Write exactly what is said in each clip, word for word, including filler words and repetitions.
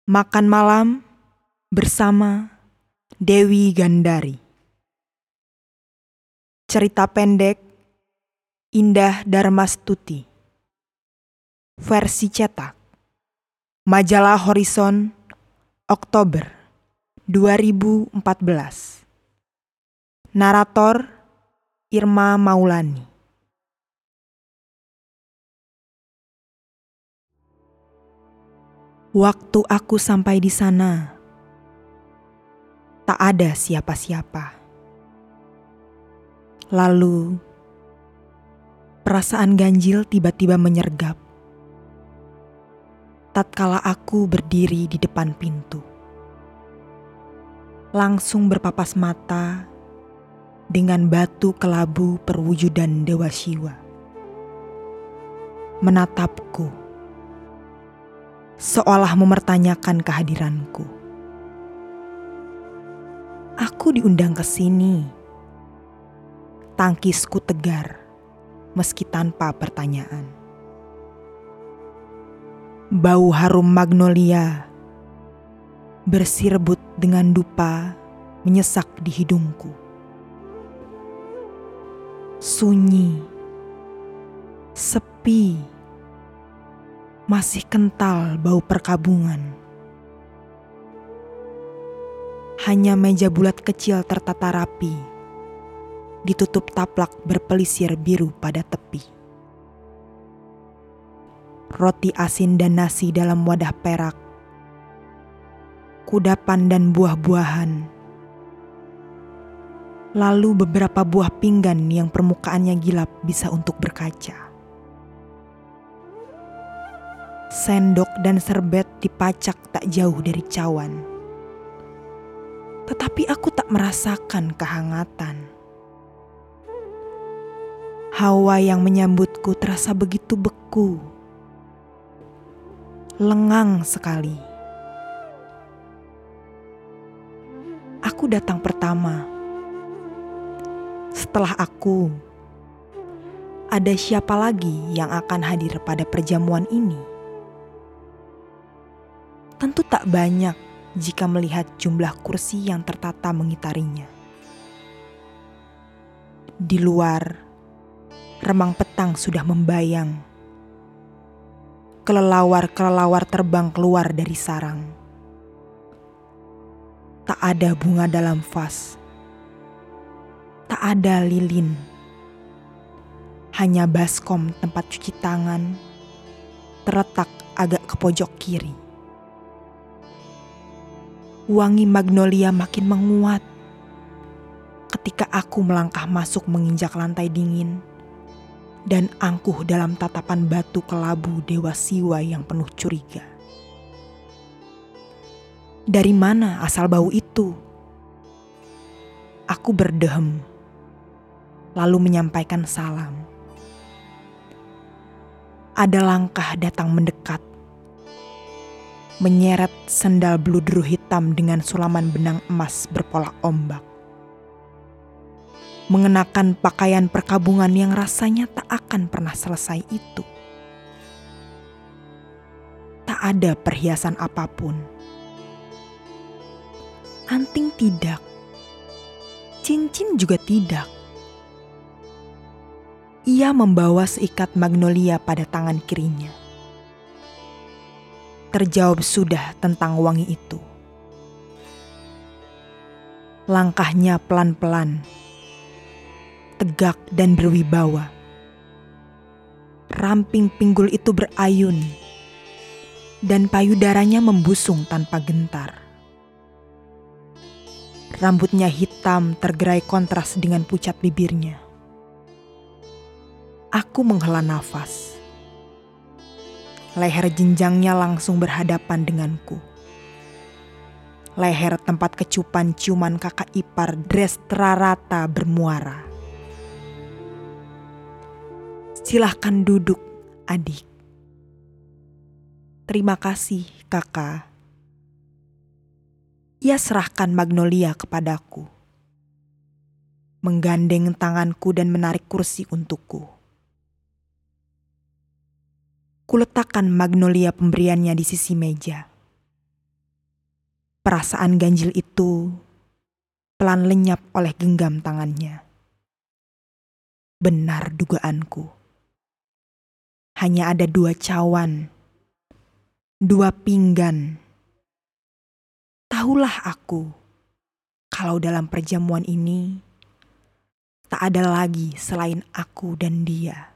Makan malam bersama Dewi Gandari. Cerita pendek Indah Darmastuti. Versi cetak Majalah Horizon, Oktober dua ribu empat belas. Narator Irma Maulani. Waktu aku sampai di sana, tak ada siapa-siapa. Lalu, perasaan ganjil tiba-tiba menyergap. Tatkala aku berdiri di depan pintu, langsung berpapas mata dengan batu kelabu perwujudan Dewa Siwa. Menatapku, seolah mempertanyakan kehadiranku. Aku diundang ke sini. Tangkisku tegar, meski tanpa pertanyaan. Bau harum magnolia bersirbut dengan dupa menyesak di hidungku. Sunyi, sepi, masih kental bau perkabungan. Hanya meja bulat kecil tertata rapi, ditutup taplak berpelisir biru pada tepi. Roti asin dan nasi dalam wadah perak, kudapan dan buah-buahan. Lalu beberapa buah pinggan yang permukaannya gilap bisa untuk berkaca. Sendok dan serbet dipacak tak jauh dari cawan. Tetapi aku tak merasakan kehangatan. Hawa yang menyambutku terasa begitu beku. Lengang sekali. Aku datang pertama. Setelah aku, ada siapa lagi yang akan hadir pada perjamuan ini? Tentu tak banyak jika melihat jumlah kursi yang tertata mengitarinya. Di luar, remang petang sudah membayang. Kelelawar-kelelawar terbang keluar dari sarang. Tak ada bunga dalam vas. Tak ada lilin. Hanya baskom tempat cuci tangan terletak agak ke pojok kiri. Wangi magnolia makin menguat ketika aku melangkah masuk menginjak lantai dingin dan angkuh dalam tatapan batu kelabu Dewa Siwa yang penuh curiga. Dari mana asal bau itu? Aku berdehem, lalu menyampaikan salam. Ada langkah datang mendekat, menyeret sendal bludru hitam dengan sulaman benang emas berpola ombak. Mengenakan pakaian perkabungan yang rasanya tak akan pernah selesai itu. Tak ada perhiasan apapun. Anting tidak. Cincin juga tidak. Ia membawa seikat magnolia pada tangan kirinya. Terjawab sudah tentang wangi itu. Langkahnya pelan-pelan, tegak dan berwibawa. Ramping pinggul itu berayun, dan payudaranya membusung tanpa gentar. Rambutnya hitam tergerai kontras dengan pucat bibirnya. Aku menghela nafas. Leher jenjangnya langsung berhadapan denganku. Leher tempat kecupan ciuman kakak ipar Drestra Rata bermuara. Silahkan duduk, adik. Terima kasih, kakak. Ia serahkan magnolia kepadaku. Menggandeng tanganku dan menarik kursi untukku. Kuletakkan magnolia pemberiannya di sisi meja. Perasaan ganjil itu pelan lenyap oleh genggam tangannya. Benar dugaanku. Hanya ada dua cawan, dua pinggan. Tahulah aku, kalau dalam perjamuan ini tak ada lagi selain aku dan dia.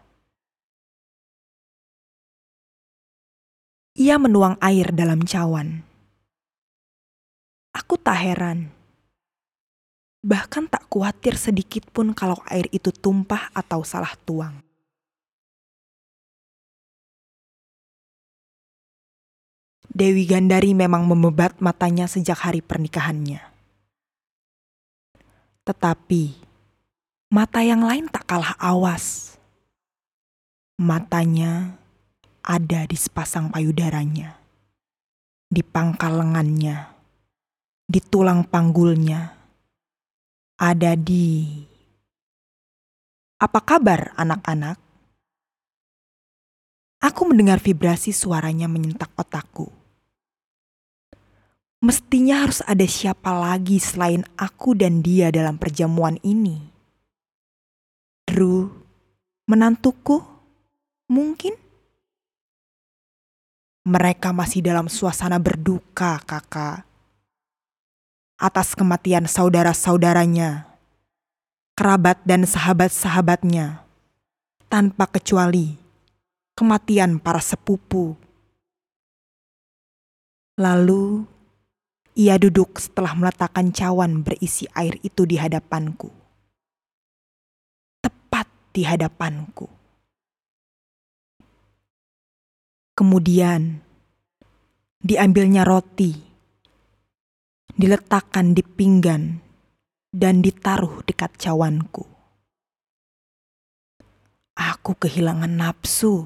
Ia menuang air dalam cawan. Aku tak heran. Bahkan tak khawatir sedikit pun kalau air itu tumpah atau salah tuang. Dewi Gandari memang memebat matanya sejak hari pernikahannya. Tetapi mata yang lain tak kalah awas. Matanya ada di sepasang payudaranya, di pangkal lengannya, di tulang panggulnya, ada di... Apa kabar anak-anak? Aku mendengar vibrasi suaranya menyentak otakku. Mestinya harus ada siapa lagi selain aku dan dia dalam perjamuan ini. Drew, menantuku, mungkin? Mereka masih dalam suasana berduka, kakak. Atas kematian saudara-saudaranya, kerabat dan sahabat-sahabatnya, tanpa kecuali kematian para sepupu. Lalu, ia duduk setelah meletakkan cawan berisi air itu di hadapanku. Tepat di hadapanku. Kemudian, diambilnya roti, diletakkan di pinggan, dan ditaruh dekat cawanku. Aku kehilangan nafsu.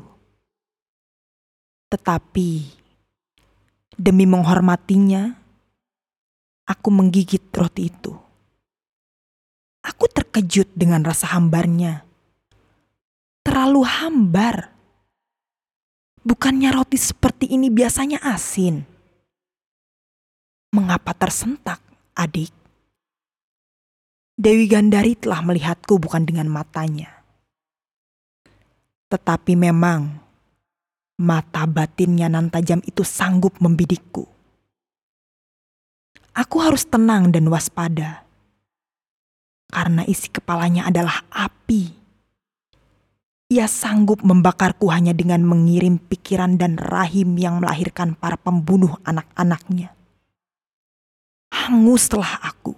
Tetapi, demi menghormatinya, aku menggigit roti itu. Aku terkejut dengan rasa hambarnya. Terlalu hambar. Bukannya roti seperti ini biasanya asin. Mengapa tersentak, adik? Dewi Gandari telah melihatku bukan dengan matanya. Tetapi memang mata batinnya nan tajam itu sanggup membidikku. Aku harus tenang dan waspada. Karena isi kepalanya adalah api. Ia sanggup membakarku hanya dengan mengirim pikiran dan rahim yang melahirkan para pembunuh anak-anaknya. Hanguslah aku.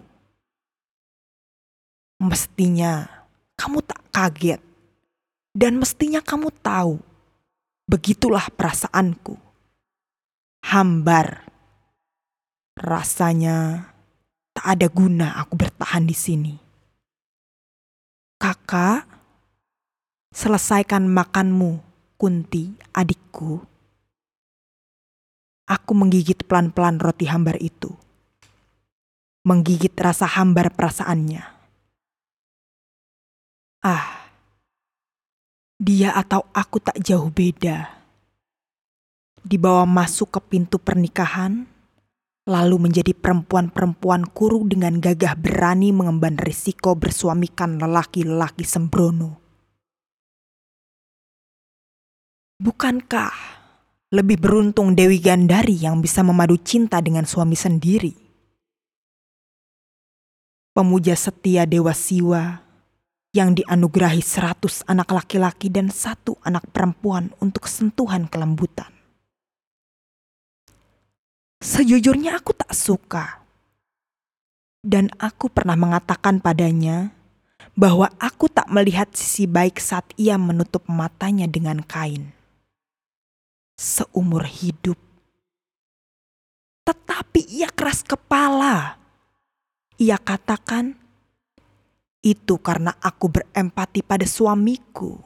Mestinya kamu tak kaget. Dan mestinya kamu tahu. Begitulah perasaanku. Hambar. Rasanya tak ada guna aku bertahan di sini. Kakak, selesaikan makanmu, Kunti, adikku. Aku menggigit pelan-pelan roti hambar itu. Menggigit rasa hambar perasaannya. Ah, dia atau aku tak jauh beda. Dibawa masuk ke pintu pernikahan, lalu menjadi perempuan-perempuan kurung dengan gagah berani mengemban risiko bersuamikan lelaki-lelaki sembrono. Bukankah lebih beruntung Dewi Gandari yang bisa memadu cinta dengan suami sendiri? Pemuja setia Dewa Siwa yang dianugerahi seratus anak laki-laki dan satu anak perempuan untuk sentuhan kelembutan. Sejujurnya aku tak suka. Dan aku pernah mengatakan padanya bahwa aku tak melihat sisi baik saat ia menutup matanya dengan kain. Seumur hidup. Tetapi ia keras kepala. Ia katakan, itu karena aku berempati pada suamiku.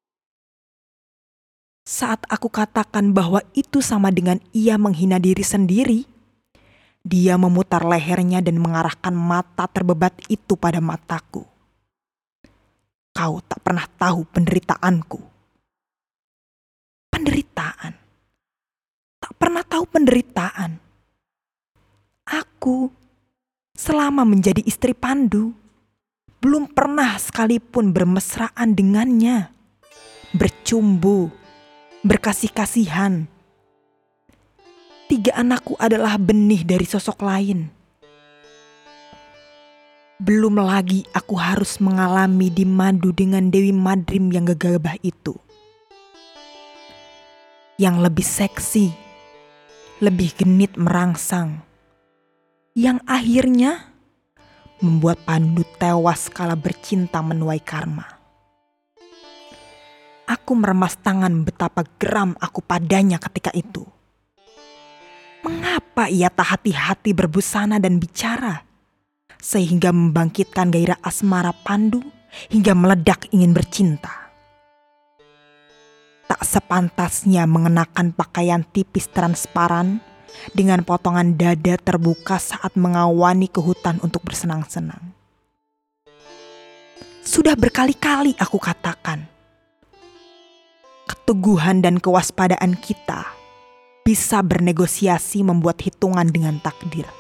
Saat aku katakan bahwa itu sama dengan ia menghina diri sendiri, dia memutar lehernya dan mengarahkan mata terbebat itu pada mataku. Kau tak pernah tahu penderitaanku. Penderitaan. Tak pernah tahu penderitaan. Aku Aku selama menjadi istri Pandu belum pernah sekalipun bermesraan dengannya, bercumbu, berkasih-kasihan. Tiga anakku adalah benih dari sosok lain. Belum lagi aku harus mengalami dimadu dengan Dewi Madrim yang gegabah itu. Yang lebih seksi, lebih genit merangsang. Yang akhirnya membuat Pandu tewas kala bercinta menuai karma. Aku meremas tangan betapa geram aku padanya ketika itu. Mengapa ia tak hati-hati berbusana dan bicara, sehingga membangkitkan gairah asmara Pandu hingga meledak ingin bercinta. Tak sepantasnya mengenakan pakaian tipis transparan dengan potongan dada terbuka saat mengawani ke hutan untuk bersenang-senang. Sudah berkali-kali aku katakan, keteguhan dan kewaspadaan kita bisa bernegosiasi membuat hitungan dengan takdir.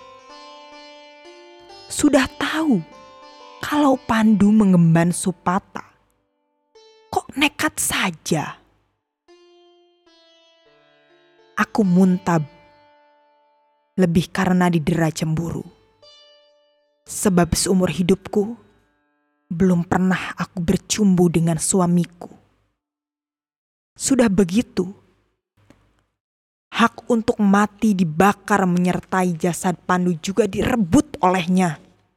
Sudah tahu kalau Pandu mengemban Supata, kok nekat saja? Aku muntab, lebih karena didera cemburu. Sebab seumur hidupku, belum pernah aku bercumbu dengan suamiku. Sudah begitu, hak untuk mati dibakar menyertai jasad Pandu juga direbut olehnya.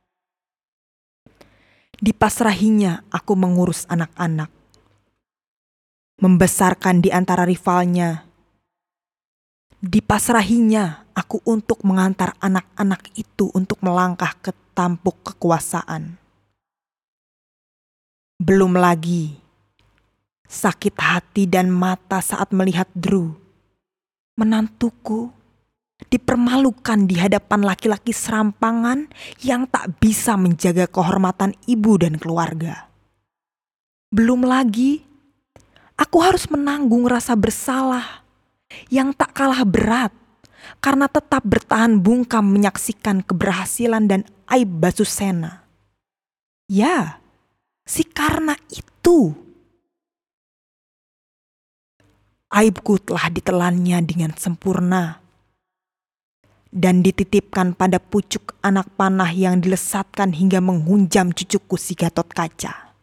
Dipasrahinya aku mengurus anak-anak, membesarkan di antara rivalnya. Dipasrahinya aku untuk mengantar anak-anak itu untuk melangkah ke tampuk kekuasaan. Belum lagi sakit hati dan mata saat melihat Drew, menantuku, dipermalukan di hadapan laki-laki serampangan yang tak bisa menjaga kehormatan ibu dan keluarga. Belum lagi aku harus menanggung rasa bersalah yang tak kalah berat karena tetap bertahan bungkam menyaksikan keberhasilan dan aib Basusena. Ya, si karena itu. Aibku telah ditelannya dengan sempurna dan dititipkan pada pucuk anak panah yang dilesatkan hingga menghunjam cucuku si Gatot Kaca.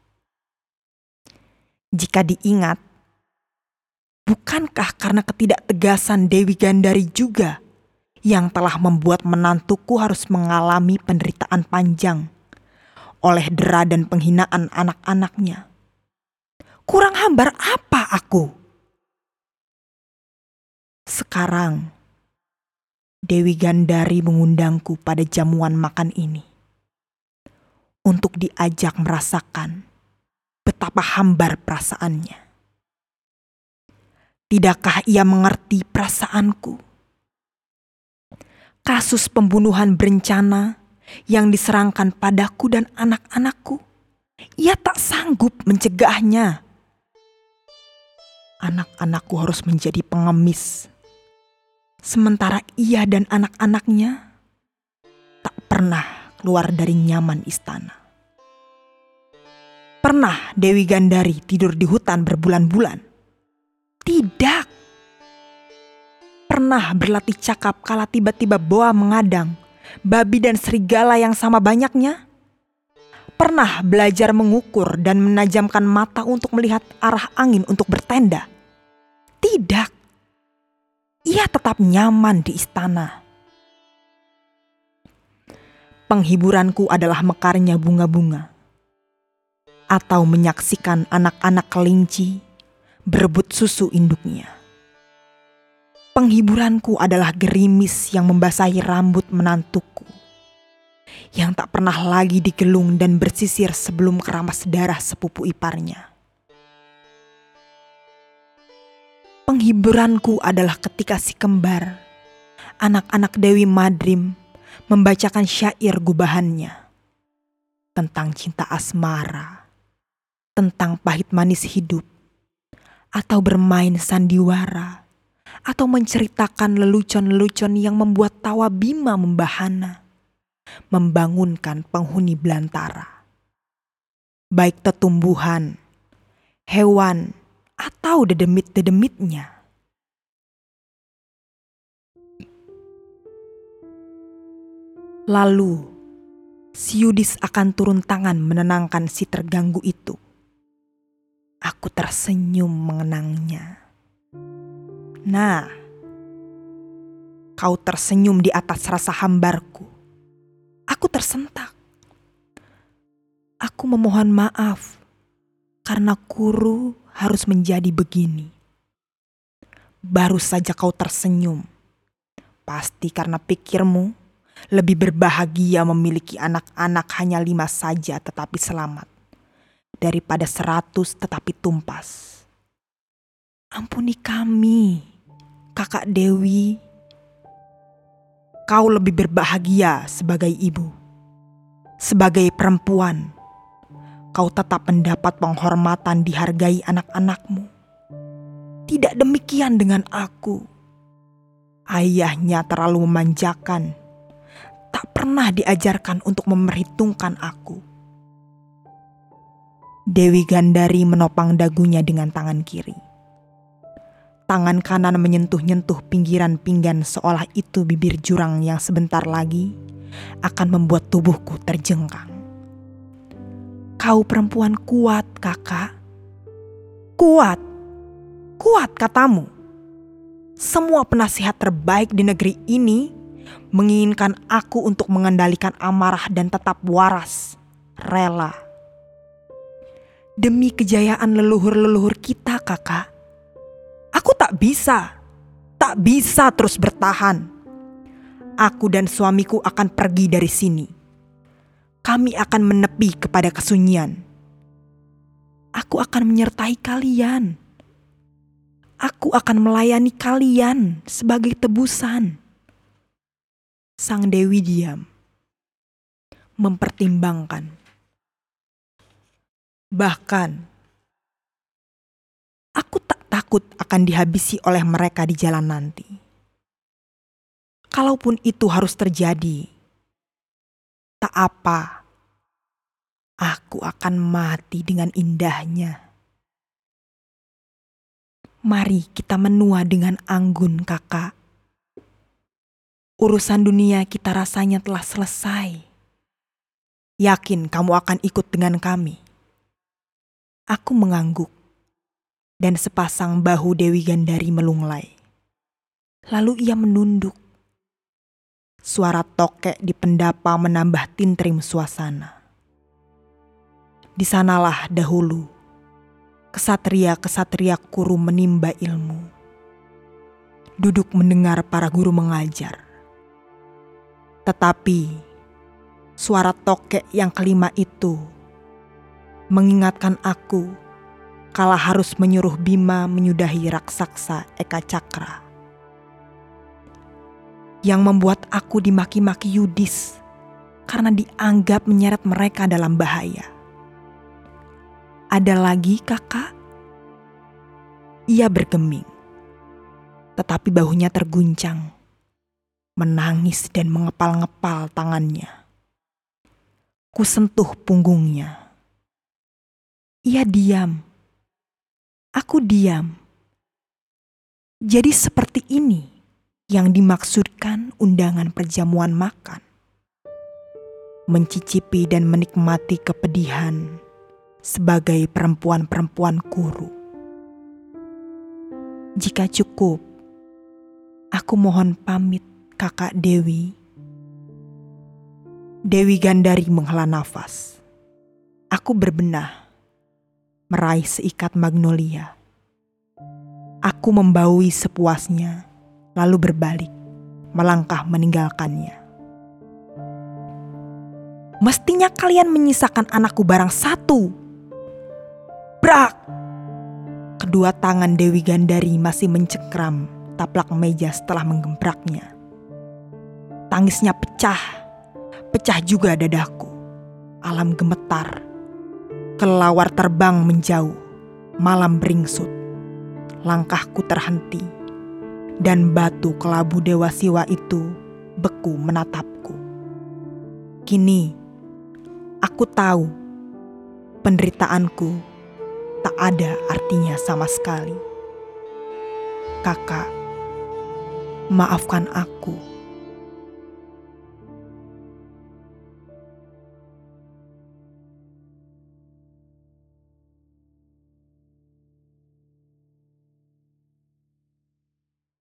Jika diingat, bukankah karena ketidaktegasan Dewi Gandari juga yang telah membuat menantuku harus mengalami penderitaan panjang oleh dera dan penghinaan anak-anaknya? Kurang hambar apa aku? Sekarang, Dewi Gandari mengundangku pada jamuan makan ini untuk diajak merasakan betapa hambar perasaannya. Tidakkah ia mengerti perasaanku? Kasus pembunuhan berencana yang diserangkan padaku dan anak-anakku, ia tak sanggup mencegahnya. Anak-anakku harus menjadi pengemis, sementara ia dan anak-anaknya tak pernah keluar dari nyaman istana. Pernah Dewi Gandari tidur di hutan berbulan-bulan? Tidak. Pernah berlatih cakap kala tiba-tiba boa mengadang, babi dan serigala yang sama banyaknya? Pernah belajar mengukur dan menajamkan mata untuk melihat arah angin untuk bertenda? Tidak. Ia tetap nyaman di istana. Penghiburanku adalah mekarnya bunga-bunga, atau menyaksikan anak-anak kelinci berebut susu induknya. Penghiburanku adalah gerimis yang membasahi rambut menantuku, yang tak pernah lagi digelung dan bersisir sebelum keramas darah sepupu iparnya. Penghiburanku adalah ketika si kembar, anak-anak Dewi Madrim, membacakan syair gubahannya tentang cinta asmara, tentang pahit manis hidup, atau bermain sandiwara, atau menceritakan lelucon-lelucon yang membuat tawa Bima membahana. membangunkan penghuni belantara. Baik tetumbuhan, hewan, atau dedemit-dedemitnya. Lalu, si Yudis akan turun tangan menenangkan si terganggu itu. Aku tersenyum mengenangnya. Nah, kau tersenyum di atas rasa hambarku. Aku tersentak. Aku memohon maaf karena Kuru harus menjadi begini. Baru saja kau tersenyum. Pasti karena pikirmu lebih berbahagia memiliki anak-anak hanya lima saja tetapi selamat, daripada seratus tetapi tumpas. Ampuni kami, Kakak Dewi. Kau lebih berbahagia sebagai ibu. Sebagai perempuan, kau tetap mendapat penghormatan dihargai anak-anakmu. Tidak demikian dengan aku. Ayahnya terlalu memanjakan. Tak pernah diajarkan untuk memperhitungkan aku. Dewi Gandari menopang dagunya dengan tangan kiri. Tangan kanan menyentuh-nyentuh pinggiran pinggan seolah itu bibir jurang yang sebentar lagi akan membuat tubuhku terjengkang. Kau perempuan kuat, kakak. Kuat. Kuat katamu. Semua penasihat terbaik di negeri ini menginginkan aku untuk mengendalikan amarah dan tetap waras, rela. Demi kejayaan leluhur-leluhur kita, kakak. Aku tak bisa, tak bisa terus bertahan. Aku dan suamiku akan pergi dari sini. Kami akan menepi kepada kesunyian. Aku akan menyertai kalian. Aku akan melayani kalian sebagai tebusan. Sang Dewi diam, mempertimbangkan. Bahkan, aku tak takut akan dihabisi oleh mereka di jalan nanti. Kalaupun itu harus terjadi, tak apa. Aku akan mati dengan indahnya. Mari kita menua dengan anggun, kakak. Urusan dunia kita rasanya telah selesai. Yakin kamu akan ikut dengan kami? Aku mengangguk, dan sepasang bahu Dewi Gandari melunglai. Lalu ia menunduk. Suara tokek di pendapa menambah tintrim suasana. Di sanalah dahulu kesatria-kesatria Kuru menimba ilmu. Duduk mendengar para guru mengajar. Tetapi suara tokek yang kelima itu mengingatkan aku kala harus menyuruh Bima menyudahi raksasa Eka Cakra. Yang membuat aku dimaki-maki Yudis karena dianggap menyeret mereka dalam bahaya. Ada lagi, kakak? Ia bergeming, tetapi bahunya terguncang. Menangis dan mengepal-ngepal tangannya. Kusentuh punggungnya. Ia diam. Aku diam. Jadi seperti ini yang dimaksudkan undangan perjamuan makan. Mencicipi dan menikmati kepedihan sebagai perempuan-perempuan Kuru. Jika cukup, aku mohon pamit, Kakak Dewi. Dewi Gandari menghela nafas. Aku berbenah, meraih seikat magnolia. Aku membaui sepuasnya, lalu berbalik, melangkah meninggalkannya. Mestinya kalian menyisakan anakku barang satu. Brak! Kedua tangan Dewi Gandari masih mencengkram taplak meja setelah menggempraknya. Tangisnya pecah, pecah juga dadaku. Alam gemetar, kelelawar terbang menjauh, malam beringsut. Langkahku terhenti, dan batu kelabu Dewa Siwa itu beku menatapku. Kini, aku tahu penderitaanku tak ada artinya sama sekali. Kakak, maafkan aku.